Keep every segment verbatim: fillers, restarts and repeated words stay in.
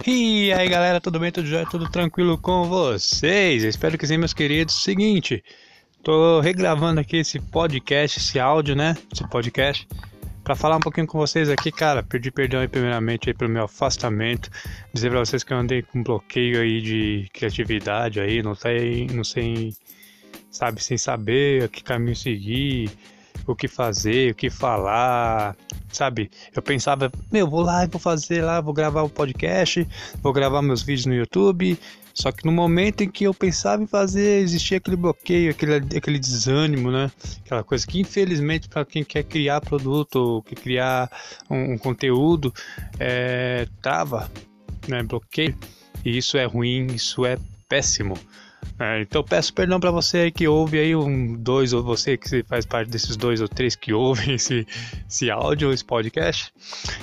E aí galera, tudo bem? Tudo jóia? Tudo tranquilo com vocês? Espero que sim, meus queridos. Seguinte, tô regravando aqui esse podcast, esse áudio, né? Esse podcast, pra falar um pouquinho com vocês aqui, cara. Pedir perdão aí primeiramente aí pelo meu afastamento. Dizer pra vocês que eu andei com bloqueio aí de criatividade aí, não sei, não sei, sabe, sem saber que caminho seguir, o que fazer, o que falar, sabe? Eu pensava, meu, vou lá e vou fazer lá, vou gravar o podcast, vou gravar meus vídeos no YouTube. Só que no momento em que eu pensava em fazer, existia aquele bloqueio, aquele, aquele desânimo, né? Aquela coisa que infelizmente para quem quer criar produto ou quer criar um, um conteúdo, é, trava, né? Bloqueio. E isso é ruim, isso é péssimo. É, então peço perdão para você aí que ouve aí um, dois, ou você que faz parte desses dois ou três que ouvem esse, esse áudio, esse podcast.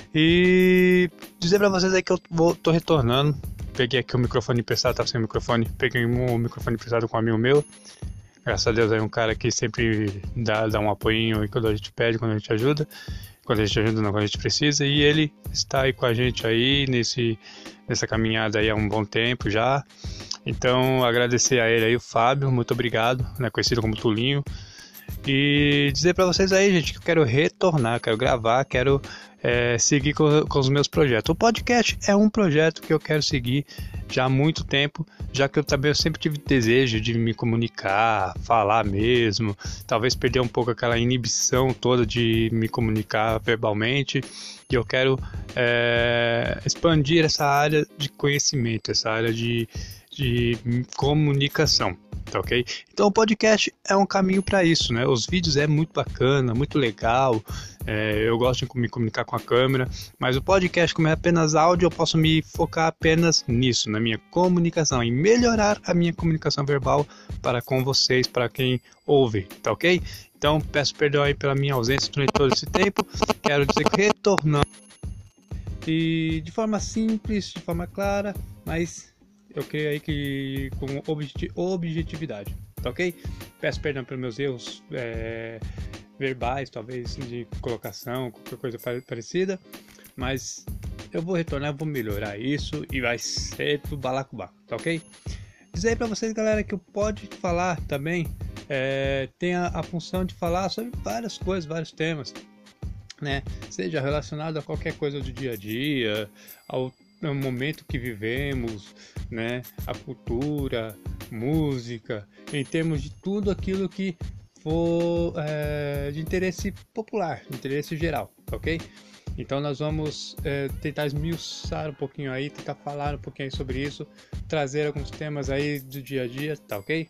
E dizer para vocês aí que eu vou, tô retornando. Peguei aqui o microfone emprestado, tava sem microfone. Peguei um microfone emprestado com um amigo meu. Graças a Deus aí um cara que sempre dá, dá um apoio quando a gente pede, quando a gente ajuda. Quando a gente ajuda, não, quando a gente precisa. E ele está aí com a gente aí nesse, nessa caminhada aí há um bom tempo já. Então agradecer a ele aí, o Fábio, muito obrigado, né, conhecido como Tulinho. E dizer pra vocês aí, gente, que eu quero retornar, quero gravar, quero é, seguir com, com os meus projetos. O podcast é um projeto que eu quero seguir já há muito tempo, já que eu também eu sempre tive desejo de me comunicar, falar mesmo, talvez perder um pouco aquela inibição toda de me comunicar verbalmente. E eu quero é, expandir essa área de conhecimento, essa área de, de comunicação. Tá, ok? Então o podcast é um caminho para isso, né? Os vídeos é muito bacana, muito legal, é, eu gosto de me comunicar com a câmera, mas o podcast, como é apenas áudio, eu posso me focar apenas nisso, na minha comunicação, em melhorar a minha comunicação verbal para com vocês, para quem ouve, tá ok? Então peço perdão aí pela minha ausência durante todo esse tempo, quero dizer que retornando e de forma simples, de forma clara, mas eu creio aí que com objetividade, tá ok? Peço perdão pelos meus erros é, verbais, talvez de colocação, qualquer coisa parecida, mas eu vou retornar, vou melhorar isso e vai ser do balacubá, tá ok? Dizer aí pra vocês, galera, que o Pode Falar também é, tem a, a função de falar sobre várias coisas, vários temas, né? Seja relacionado a qualquer coisa do dia a dia, ao no momento que vivemos, né, a cultura, música, em termos de tudo aquilo que for é, de interesse popular, de interesse geral, ok? Então nós vamos é, tentar esmiuçar um pouquinho aí, tentar falar um pouquinho aí sobre isso, trazer alguns temas aí do dia a dia, tá ok?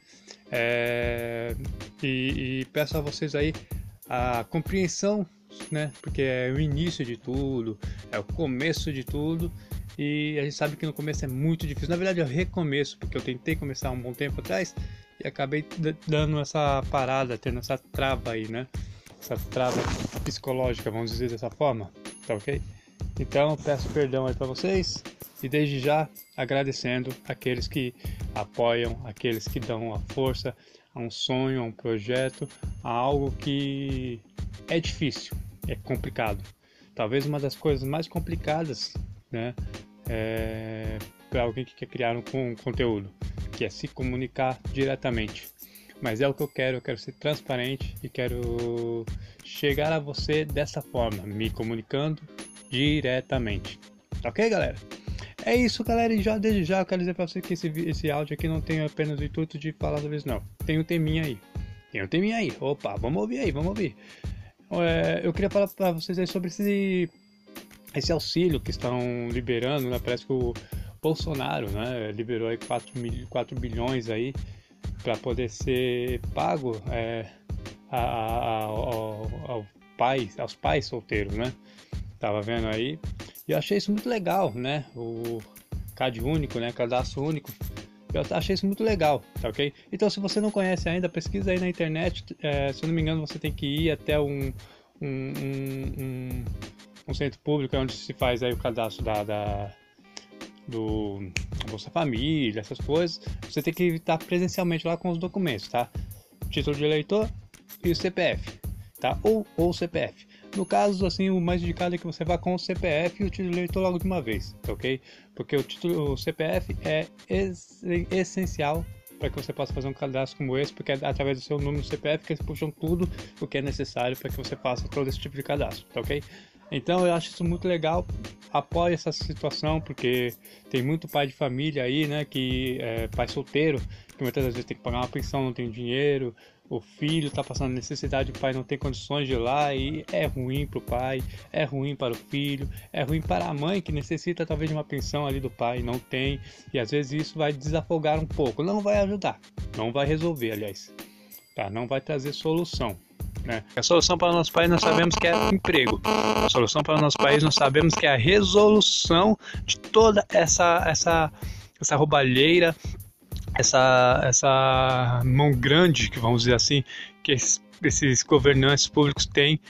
É, e, e peço a vocês aí a compreensão, né, porque é o início de tudo, é o começo de tudo. E a gente sabe que no começo é muito difícil. Na verdade, eu recomeço, porque eu tentei começar um bom tempo atrás e acabei dando essa parada, tendo essa trava aí, né? Essa trava psicológica, vamos dizer dessa forma, tá ok? Então, peço perdão aí para vocês e desde já agradecendo aqueles que apoiam, aqueles que dão a força a um sonho, a um projeto, a algo que é difícil, é complicado. Talvez uma das coisas mais complicadas, né? É, para alguém que quer criar um, um conteúdo, que é se comunicar diretamente. Mas é o que eu quero, eu quero ser transparente e quero chegar a você dessa forma, me comunicando diretamente. Ok, galera? É isso, galera, e já desde já eu quero dizer para você que esse, esse áudio aqui não tem apenas o intuito de falar sobre isso, não. Tem um teminha aí. Tem um teminha aí. Opa, vamos ouvir aí, vamos ouvir. É, eu queria falar para vocês aí sobre esse esse auxílio que estão liberando, né? Parece que o Bolsonaro, né, liberou aí quatro bilhões aí para poder ser pago é, a, a, ao, ao pai, aos pais solteiros, né? Tava vendo aí e eu achei isso muito legal, né? O C A D único, né? Cadastro único. Eu achei isso muito legal, tá ok? Então, se você não conhece ainda, pesquisa aí na internet. É, se eu não me engano, você tem que ir até um, um, um, um um centro público onde se faz aí o cadastro da, da do Bolsa Família, essas coisas. Você tem que estar presencialmente lá com os documentos, tá? Título de eleitor e o C P F, tá? Ou o C P F. No caso, assim, o mais indicado é que você vá com o C P F e o título de eleitor logo de uma vez, tá ok? Porque o, título, o C P F é es, essencial para que você possa fazer um cadastro como esse, porque é através do seu número do C P F que eles puxam tudo o que é necessário para que você faça todo esse tipo de cadastro, tá ok? Então eu acho isso muito legal, apoio essa situação, porque tem muito pai de família aí, né, que é pai solteiro, que muitas vezes tem que pagar uma pensão, não tem dinheiro, o filho está passando necessidade, o pai não tem condições de ir lá, e é ruim para o pai, é ruim para o filho, é ruim para a mãe que necessita talvez de uma pensão ali do pai, não tem, e às vezes isso vai desafogar um pouco, não vai ajudar, não vai resolver, aliás, tá? Não vai trazer solução. Né? A solução para o nosso país nós sabemos que é emprego. A solução para o nosso país nós sabemos que é a resolução de toda essa essa essa roubalheira, essa essa mão grande, que vamos dizer assim, que esses, esses governantes públicos têm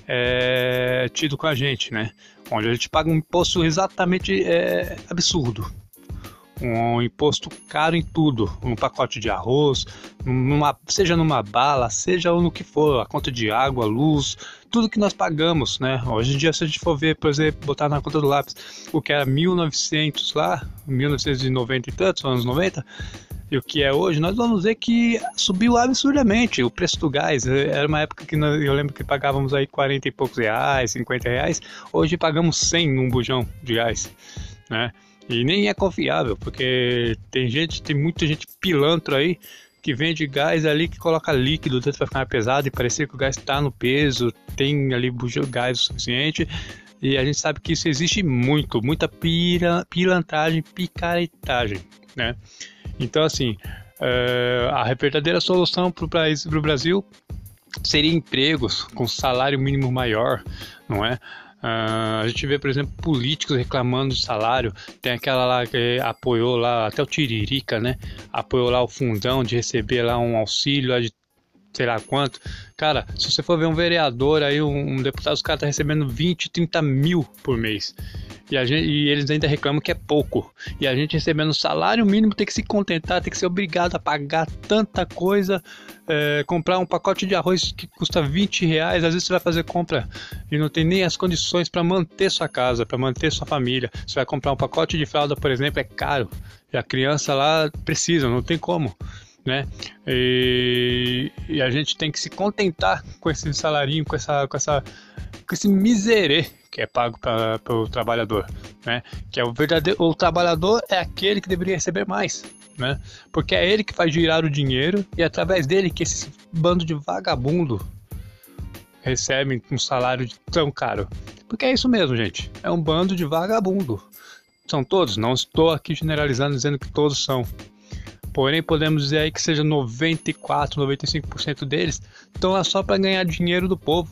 é, tido com a gente, né? Onde a gente paga um imposto exatamente é, absurdo. Um imposto caro em tudo, um pacote de arroz, numa, seja numa bala, seja no que for, a conta de água, luz, tudo que nós pagamos, né? Hoje em dia, se a gente for ver, por exemplo, botar na conta do lápis, o que era mil e novecentos lá, mil novecentos e noventa e tantos, anos noventa, e o que é hoje, nós vamos ver que subiu absurdamente o preço do gás. Era uma época que nós, eu lembro que pagávamos aí quarenta e poucos reais, cinquenta reais, hoje pagamos cem num bujão de gás, né? E nem é confiável, porque tem gente, tem muita gente pilantra aí que vende gás ali, que coloca líquido dentro para ficar mais pesado e parecer que o gás está no peso, tem ali gás o suficiente, e a gente sabe que isso existe muito, muita pira, pilantragem, picaretagem, né? Então assim, é, a verdadeira solução para o Brasil seria empregos com salário mínimo maior, não é? Uh, a gente vê, por exemplo, políticos reclamando de salário. Tem aquela lá que apoiou lá, até o Tiririca, né? Apoiou lá o fundão de receber lá um auxílio lá de sei lá quanto. Cara, se você for ver um vereador aí, um, um deputado, os caras estão tá recebendo vinte, trinta mil por mês. E, a gente, e eles ainda reclamam que é pouco. E a gente recebendo salário mínimo tem que se contentar, tem que ser obrigado a pagar tanta coisa. É, comprar um pacote de arroz que custa vinte reais, às vezes você vai fazer compra e não tem nem as condições para manter sua casa, para manter sua família. Você vai comprar um pacote de fralda, por exemplo, é caro. E a criança lá precisa, não tem como, né? E, e a gente tem que se contentar com esse salarinho, com essa, com essa, com esse miserê que é pago para o trabalhador, né? Que é o verdadeiro, o trabalhador é aquele que deveria receber mais, né? Porque é ele que faz girar o dinheiro e é através dele que esse bando de vagabundo recebe um salário tão caro. Porque é isso mesmo, gente. É um bando de vagabundo. São todos, não estou aqui generalizando dizendo que todos são. Porém, podemos dizer aí que seja noventa e quatro, noventa e cinco por cento deles estão lá só para ganhar dinheiro do povo.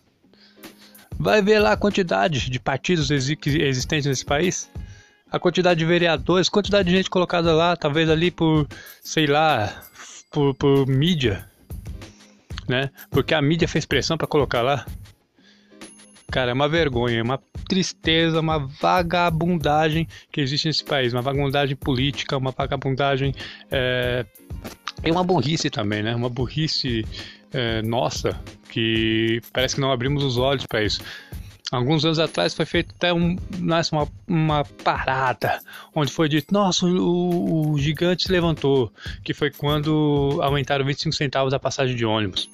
Vai ver lá a quantidade de partidos existentes nesse país, a quantidade de vereadores, quantidade de gente colocada lá, talvez ali por, sei lá, por, por mídia, né? Porque a mídia fez pressão para colocar lá. Cara, é uma vergonha, é uma tristeza, uma vagabundagem que existe nesse país, uma vagabundagem política, uma vagabundagem é, e uma burrice também, né? Uma burrice é, nossa, que parece que não abrimos os olhos para isso. Alguns anos atrás foi feito até um, nossa, uma, uma parada, onde foi dito, nossa, o, o gigante se levantou, que foi quando aumentaram vinte e cinco centavos a passagem de ônibus.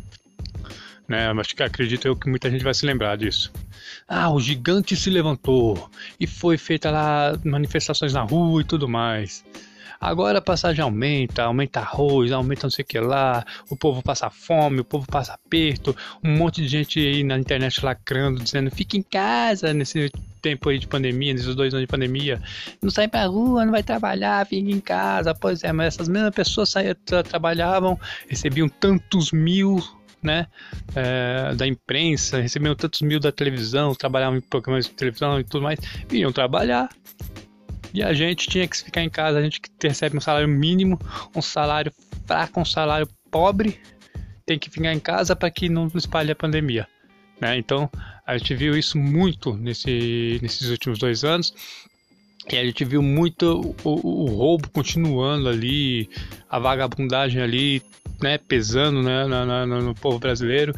Né, acho que acredito eu que muita gente vai se lembrar disso. Ah, o gigante se levantou e foi feita lá manifestações na rua e tudo mais. Agora a passagem aumenta, aumenta arroz, aumenta não sei o que lá, o povo passa fome, o povo passa aperto, um monte de gente aí na internet lacrando, dizendo fica em casa nesse tempo aí de pandemia, nesses dois anos de pandemia, não sai pra rua, não vai trabalhar, fica em casa. Pois é, mas essas mesmas pessoas saíam, tra- trabalhavam, recebiam tantos mil, né, é, da imprensa, recebiam tantos mil da televisão, trabalhavam em programas de televisão e tudo mais, vinham trabalhar. E a gente tinha que ficar em casa, a gente que recebe um salário mínimo, um salário fraco, um salário pobre, tem que ficar em casa para que não espalhe a pandemia, né? Então a gente viu isso muito nesse, nesses últimos dois anos. E a gente viu muito o, o, o roubo continuando ali, a vagabundagem ali, né, pesando, né, na, na, no povo brasileiro.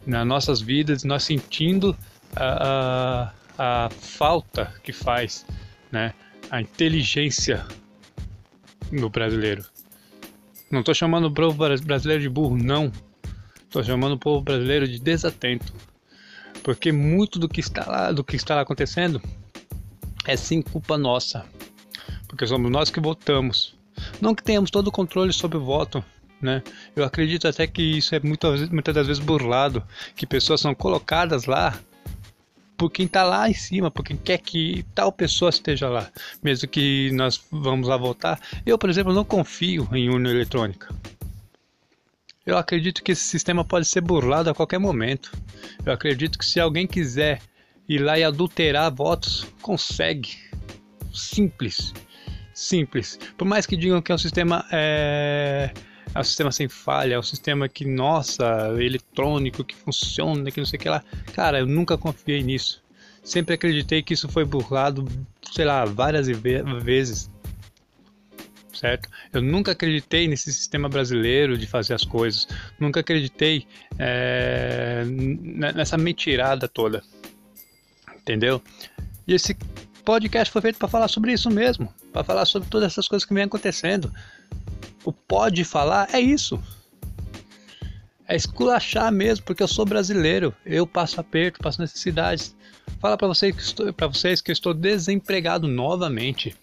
nas nossas vidas, nós sentindo a, a, a falta que faz, né, a inteligência no brasileiro. Não estou chamando o povo brasileiro de burro, não. Estou chamando o povo brasileiro de desatento. Porque muito do que está lá, do que está lá acontecendo é sim culpa nossa. Porque somos nós que votamos. Não que tenhamos todo o controle sobre o voto, né? Eu acredito até que isso é muitas, muitas das vezes burlado. Que pessoas são colocadas lá por quem está lá em cima, por quem quer que tal pessoa esteja lá, mesmo que nós vamos lá votar. Eu, por exemplo, não confio em urna eletrônica. Eu acredito que esse sistema pode ser burlado a qualquer momento. Eu acredito que se alguém quiser ir lá e adulterar votos, consegue. Simples. Simples. Por mais que digam que é um sistema... É... É um sistema sem falha, é um sistema que, nossa, eletrônico, que funciona, que não sei o que lá. Cara, eu nunca confiei nisso. Sempre acreditei que isso foi burlado, sei lá, várias vezes. Certo? Eu nunca acreditei nesse sistema brasileiro de fazer as coisas. Nunca acreditei é, nessa mentirada toda. Entendeu? E esse podcast foi feito para falar sobre isso mesmo. Para falar sobre todas essas coisas que vem acontecendo. O pode falar é isso. É esculachar mesmo, porque eu sou brasileiro. Eu passo aperto, passo necessidades. Fala pra vocês que estou, pra vocês que eu estou desempregado novamente.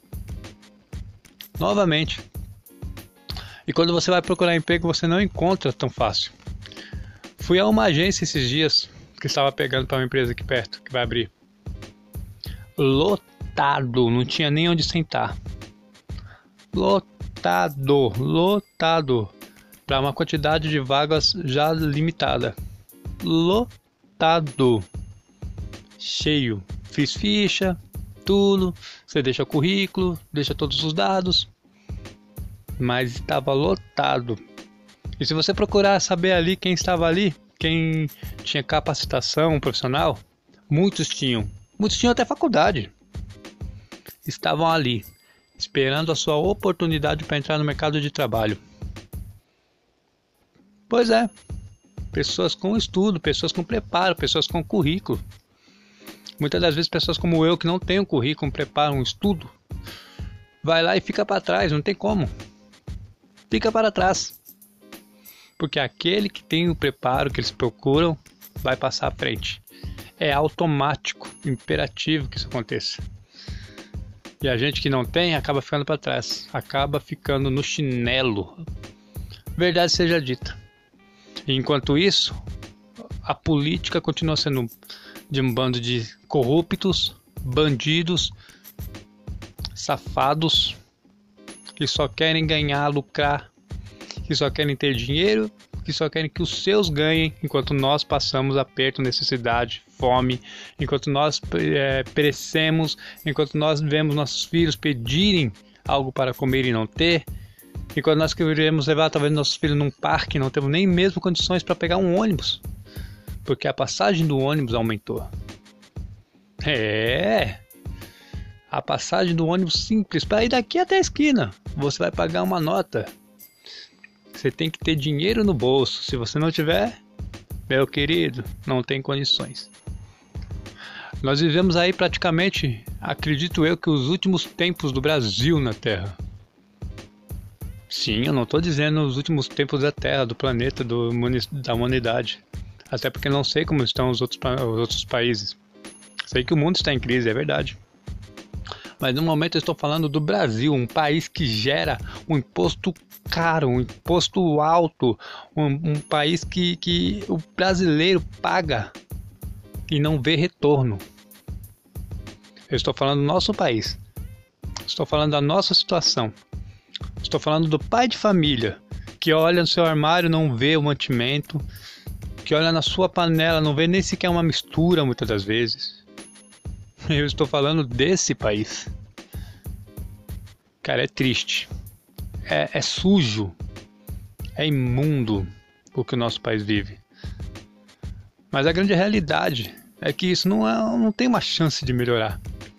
Novamente. E quando você vai procurar emprego, você não encontra tão fácil. Fui a uma agência esses dias, que estava pegando para uma empresa aqui perto, que vai abrir. Lotado, não tinha nem onde sentar. Lotado. Lotado, lotado, para uma quantidade de vagas já limitada. Lotado, cheio. Fiz ficha, tudo. Você deixa o currículo, deixa todos os dados, mas estava lotado. E se você procurar saber ali quem estava ali, quem tinha capacitação profissional, muitos tinham, muitos tinham até faculdade. Estavam ali, esperando a sua oportunidade para entrar no mercado de trabalho. Pois é, pessoas com estudo, pessoas com preparo, pessoas com currículo. Muitas das vezes pessoas como eu que não têm um currículo, um preparo, um estudo, vai lá e fica para trás, não tem como. Fica para trás. Porque aquele que tem o preparo que eles procuram vai passar à frente. É automático, imperativo que isso aconteça. E a gente que não tem acaba ficando para trás, acaba ficando no chinelo. Verdade seja dita. E enquanto isso, a política continua sendo de um bando de corruptos, bandidos, safados, que só querem ganhar, lucrar, que só querem ter dinheiro, que só querem que os seus ganhem, enquanto nós passamos aperto, necessidade, fome, enquanto nós é, perecemos, enquanto nós vemos nossos filhos pedirem algo para comer e não ter, enquanto nós queremos levar talvez nossos filhos num parque, não temos nem mesmo condições para pegar um ônibus, porque a passagem do ônibus aumentou. É, a passagem do ônibus simples, para ir daqui até a esquina, você vai pagar uma nota. Você tem que ter dinheiro no bolso. Se você não tiver, meu querido, não tem condições. Nós vivemos aí praticamente, acredito eu, que os últimos tempos do Brasil na Terra. Sim, eu não estou dizendo os últimos tempos da Terra, do planeta, do, da humanidade. Até porque não sei como estão os outros, os outros países. Sei que o mundo está em crise, é verdade. Mas no momento eu estou falando do Brasil, um país que gera um imposto caro, um imposto alto, um, um país que, que o brasileiro paga e não vê retorno. Eu estou falando do nosso país, estou falando da nossa situação, estou falando do pai de família que olha no seu armário e não vê o mantimento, que olha na sua panela, não vê nem sequer uma mistura muitas das vezes. Eu estou falando desse país. Cara, é triste. É, é sujo. É imundo o que o nosso país vive. Mas a grande realidade é que isso não, é, não tem uma chance de melhorar.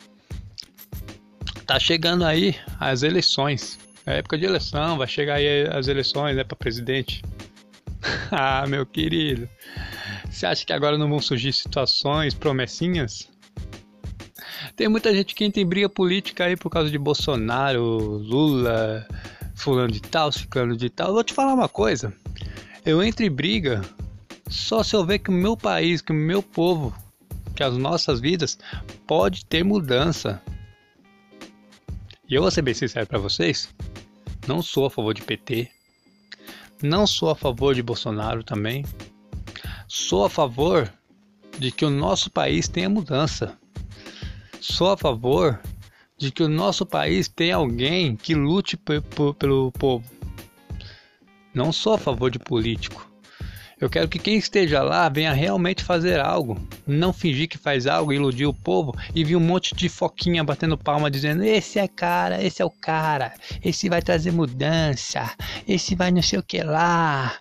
Tá chegando aí as eleições. É época de eleição, vai chegar aí as eleições, né, para presidente. Ah, meu querido. Você acha que agora não vão surgir situações, promessinhas? Tem muita gente que entra em briga política aí por causa de Bolsonaro, Lula, fulano de tal, ciclano de tal. Eu vou te falar uma coisa. Eu entro em briga só se eu ver que o meu país, que o meu povo, que as nossas vidas pode ter mudança. E eu vou ser bem sincero pra vocês, não sou a favor de P T, não sou a favor de Bolsonaro também. Sou a favor de que o nosso país tenha mudança. Sou a favor de que o nosso país tenha alguém que lute p- p- pelo povo. Não sou a favor de político. Eu quero que quem esteja lá venha realmente fazer algo. Não fingir que faz algo, iludir o povo e vir um monte de foquinha batendo palma dizendo: esse é cara, esse é o cara, esse vai trazer mudança, esse vai não sei o que lá.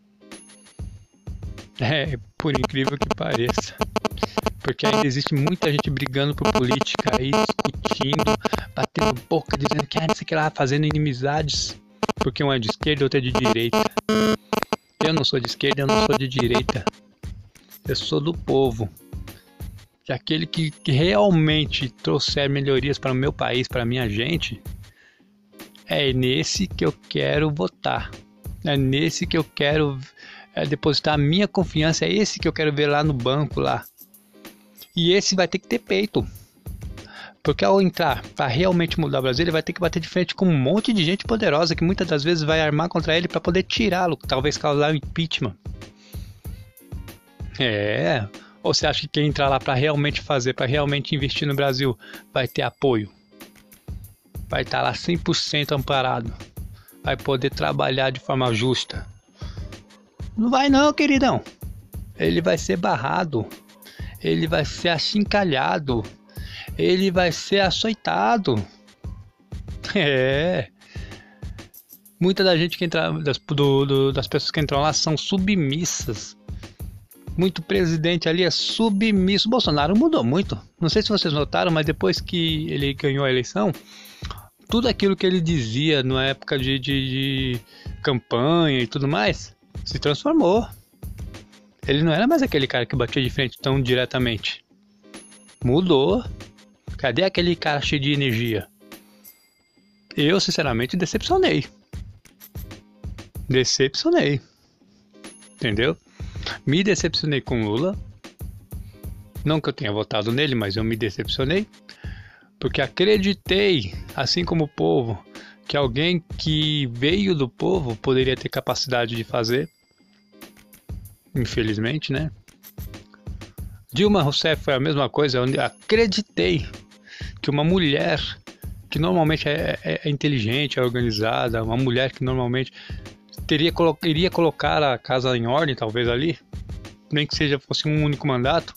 É, por incrível que pareça. Porque ainda existe muita gente brigando por política aí, discutindo, batendo boca, dizendo que ah, não sei o que lá, fazendo inimizades. Porque um é de esquerda e outro é de direita. Eu não sou de esquerda, eu não sou de direita. Eu sou do povo. E aquele que, que realmente trouxer melhorias para o meu país, para a minha gente, é nesse que eu quero votar. É nesse que eu quero é, depositar a minha confiança. É esse que eu quero ver lá no banco lá. E esse vai ter que ter peito. Porque ao entrar para realmente mudar o Brasil, ele vai ter que bater de frente com um monte de gente poderosa que muitas das vezes vai armar contra ele para poder tirá-lo, talvez causar um impeachment. É. Ou você acha que quem entrar lá para realmente fazer, para realmente investir no Brasil, vai ter apoio? Vai estar lá cem por cento amparado? Vai poder trabalhar de forma justa? Não vai não, queridão. Ele vai ser barrado. Ele vai ser achincalhado. Ele vai ser açoitado. É. Muita da gente que entra, das, do, do, das pessoas que entram lá são submissas. Muito presidente ali é submisso. Bolsonaro mudou muito. Não sei se vocês notaram, mas depois que ele ganhou a eleição, tudo aquilo que ele dizia na época de, de, de campanha e tudo mais, se transformou. Ele não era mais aquele cara que batia de frente tão diretamente. Mudou. Cadê aquele cara cheio de energia? Eu, sinceramente, decepcionei. Decepcionei. Entendeu? Me decepcionei com Lula. Não que eu tenha votado nele, mas eu me decepcionei. Porque acreditei, assim como o povo, que alguém que veio do povo poderia ter capacidade de fazer. Infelizmente, né? Dilma Rousseff foi a mesma coisa. Eu acreditei que uma mulher que normalmente é, é, é inteligente, é organizada, uma mulher que normalmente teria, iria colocar a casa em ordem, talvez ali, nem que seja fosse um único mandato.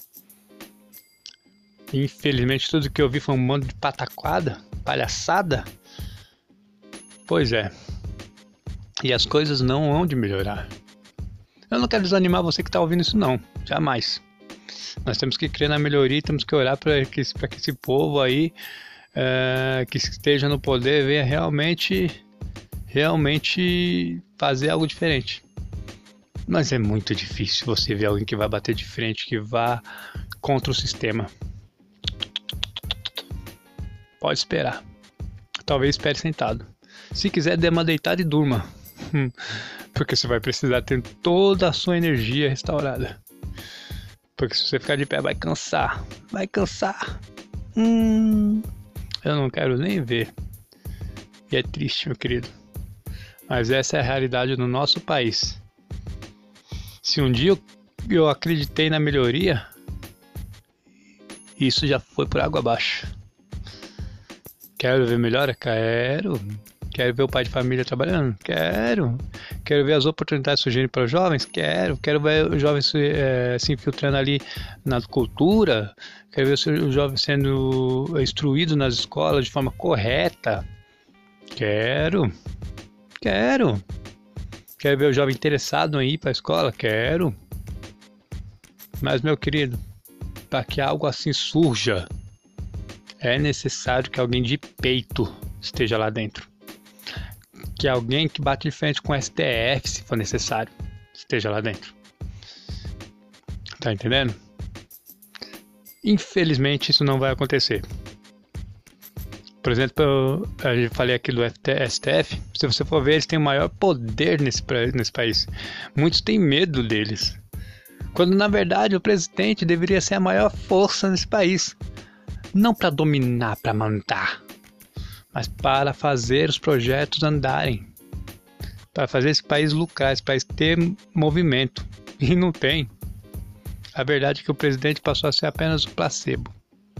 Infelizmente tudo que eu vi foi um monte de pataquada, palhaçada. Pois é. E as coisas não vão de melhorar. Eu não quero desanimar você que está ouvindo isso não, jamais. Nós temos que crer na melhoria, temos que orar para que, que esse povo aí é, que esteja no poder venha realmente, realmente fazer algo diferente. Mas é muito difícil você ver alguém que vai bater de frente, que vá contra o sistema. Pode esperar. Talvez espere sentado. Se quiser, dê uma deitada e durma. Porque você vai precisar ter toda a sua energia restaurada. Porque se você ficar de pé vai cansar. Vai cansar. Hum, eu não quero nem ver. E é triste, meu querido. Mas essa é a realidade do nosso país. Se um dia eu, eu acreditei na melhoria, isso já foi por água abaixo. Quero ver melhora? Quero. Quero ver o pai de família trabalhando? Quero. Quero ver as oportunidades surgindo para os jovens? Quero. Quero ver os jovens se, é, se infiltrando ali na cultura? Quero ver os jovens sendo instruídos nas escolas de forma correta? Quero. Quero. Quero ver o jovem interessado em ir para a escola? Quero. Mas, meu querido, para que algo assim surja, é necessário que alguém de peito esteja lá dentro. Que alguém que bate de frente com o S T F, se for necessário, esteja lá dentro. Tá entendendo? Infelizmente isso não vai acontecer. Por exemplo, eu, eu falei aqui do S T F. Se você for ver, eles têm o maior poder nesse, nesse país. Muitos têm medo deles. Quando na verdade o presidente deveria ser a maior força nesse país. Não para dominar, para mandar, mas para fazer os projetos andarem. Para fazer esse país lucrar, esse país ter movimento. E não tem. A verdade é que o presidente passou a ser apenas um placebo.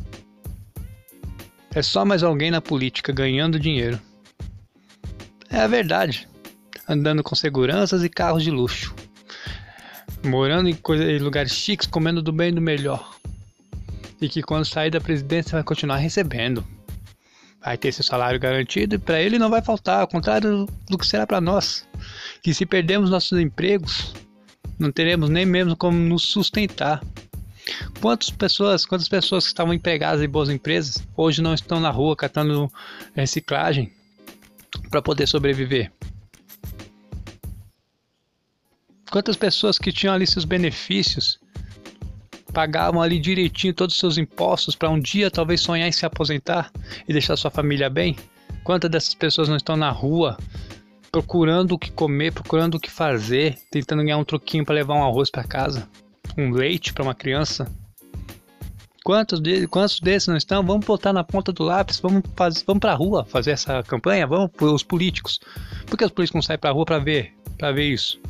É só mais alguém na política ganhando dinheiro. É a verdade. Andando com seguranças e carros de luxo. Morando em, coisa, em lugares chiques, comendo do bem e do melhor. E que quando sair da presidência vai continuar recebendo. Vai ter seu salário garantido e para ele não vai faltar. Ao contrário do que será para nós. Que se perdermos nossos empregos, não teremos nem mesmo como nos sustentar. Quantas pessoas, quantas pessoas que estavam empregadas em boas empresas hoje não estão na rua catando reciclagem para poder sobreviver? Quantas pessoas que tinham ali seus benefícios, pagavam ali direitinho todos os seus impostos para um dia talvez sonhar em se aposentar e deixar sua família bem? Quantas dessas pessoas não estão na rua procurando o que comer, procurando o que fazer, tentando ganhar um troquinho para levar um arroz para casa? Um leite para uma criança? Quantos, de, quantos desses não estão? Vamos botar na ponta do lápis, vamos, faz, vamos para a rua fazer essa campanha, vamos para os políticos. Por que os políticos não saem para a rua para ver, para ver isso?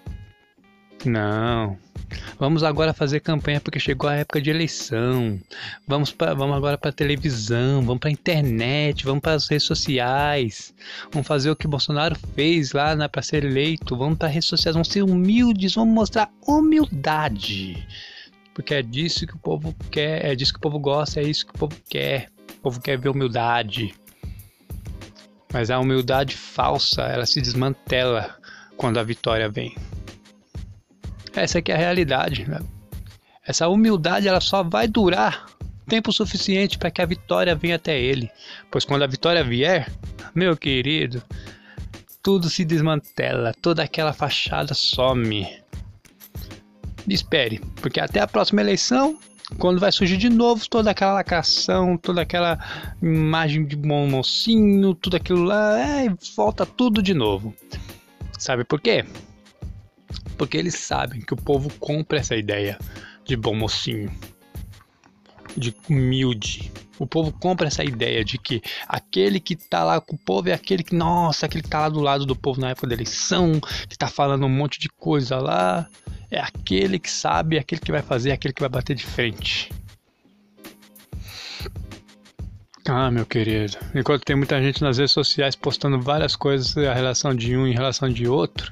Não. Vamos agora fazer campanha porque chegou a época de eleição. Vamos, pra, vamos agora para a televisão, vamos para a internet, vamos para as redes sociais. Vamos fazer o que Bolsonaro fez lá para ser eleito. Vamos para as redes sociais, vamos ser humildes, vamos mostrar humildade. Porque é disso que o povo quer, é disso que o povo gosta, é isso que o povo quer. O povo quer ver humildade. Mas a humildade falsa, ela se desmantela quando a vitória vem. Essa aqui é a realidade, né? Essa humildade ela só vai durar tempo suficiente para que a vitória venha até ele. Pois quando a vitória vier, meu querido, tudo se desmantela, toda aquela fachada some. Espere, porque até a próxima eleição, quando vai surgir de novo toda aquela lacração, toda aquela imagem de bom mocinho, tudo aquilo lá, é, volta tudo de novo. Sabe por quê? Porque eles sabem que o povo compra essa ideia de bom mocinho, de humilde. O povo compra essa ideia de que aquele que tá lá com o povo é aquele que, nossa, aquele que tá lá do lado do povo na época da eleição, que tá falando um monte de coisa lá, é aquele que sabe, é aquele que vai fazer, é aquele que vai bater de frente. Ah, meu querido, enquanto tem muita gente nas redes sociais postando várias coisas, a relação de um em relação de outro,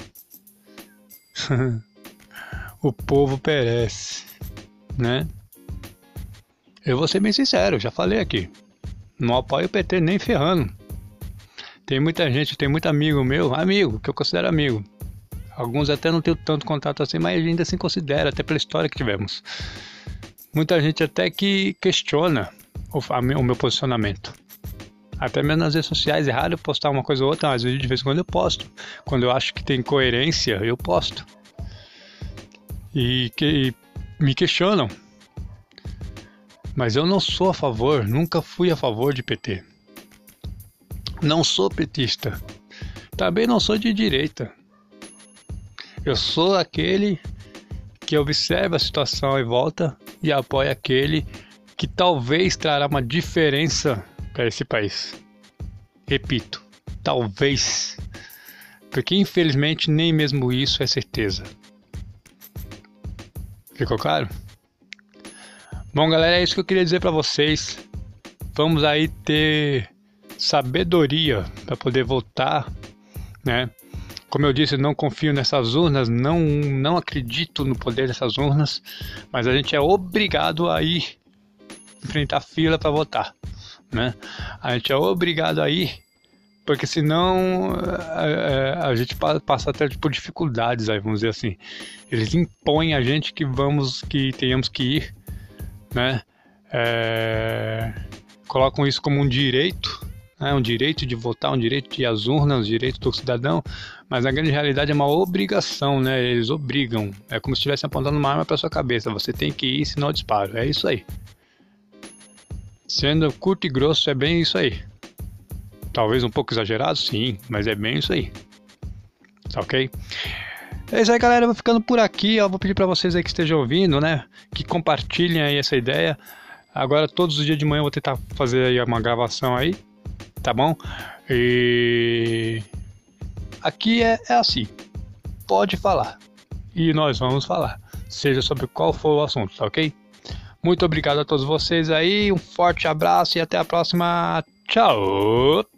o povo perece, né? Eu vou ser bem sincero, já falei aqui, não apoio o P T nem ferrando. Tem muita gente, tem muito amigo meu, amigo, que eu considero amigo. Alguns até não tenho tanto contato assim, mas ainda assim considero, até pela história que tivemos. Muita gente até que questiona o, o meu posicionamento. Até mesmo nas redes sociais, é raro eu postar uma coisa ou outra, mas de vez em quando eu posto. Quando eu acho que tem coerência, eu posto. E, que, e me questionam. Mas eu não sou a favor, nunca fui a favor de P T. Não sou petista. Também não sou de direita. Eu sou aquele que observa a situação em volta e apoia aquele que talvez trará uma diferença para esse país. Repito, talvez, porque infelizmente nem mesmo isso é certeza. Ficou claro? Bom, galera, é isso que eu queria dizer para vocês. Vamos aí ter sabedoria para poder votar, né? Como eu disse, eu não confio nessas urnas, não, não acredito no poder dessas urnas, mas a gente é obrigado a ir enfrentar fila para votar, né? A gente é obrigado a ir, porque senão a, a, a gente passa até por dificuldades, aí, vamos dizer assim. Eles impõem a gente que vamos, que tenhamos que ir, né? É, colocam isso como um direito, né? Um direito de votar, um direito de ir às urnas, um direito do cidadão, mas na grande realidade é uma obrigação, né? Eles obrigam, é como se estivessem apontando uma arma para sua cabeça, você tem que ir, senão eu disparo, é isso aí. Sendo curto e grosso, é bem isso aí. Talvez um pouco exagerado, sim, mas é bem isso aí. Tá ok? É isso aí, galera, eu vou ficando por aqui, eu vou pedir para vocês aí que estejam ouvindo, né, que compartilhem aí essa ideia. Agora todos os dias de manhã eu vou tentar fazer aí uma gravação aí, tá bom? E aqui é, é assim, pode falar, e nós vamos falar, seja sobre qual for o assunto, tá ok? Muito obrigado a todos vocês aí, um forte abraço e até a próxima, tchau!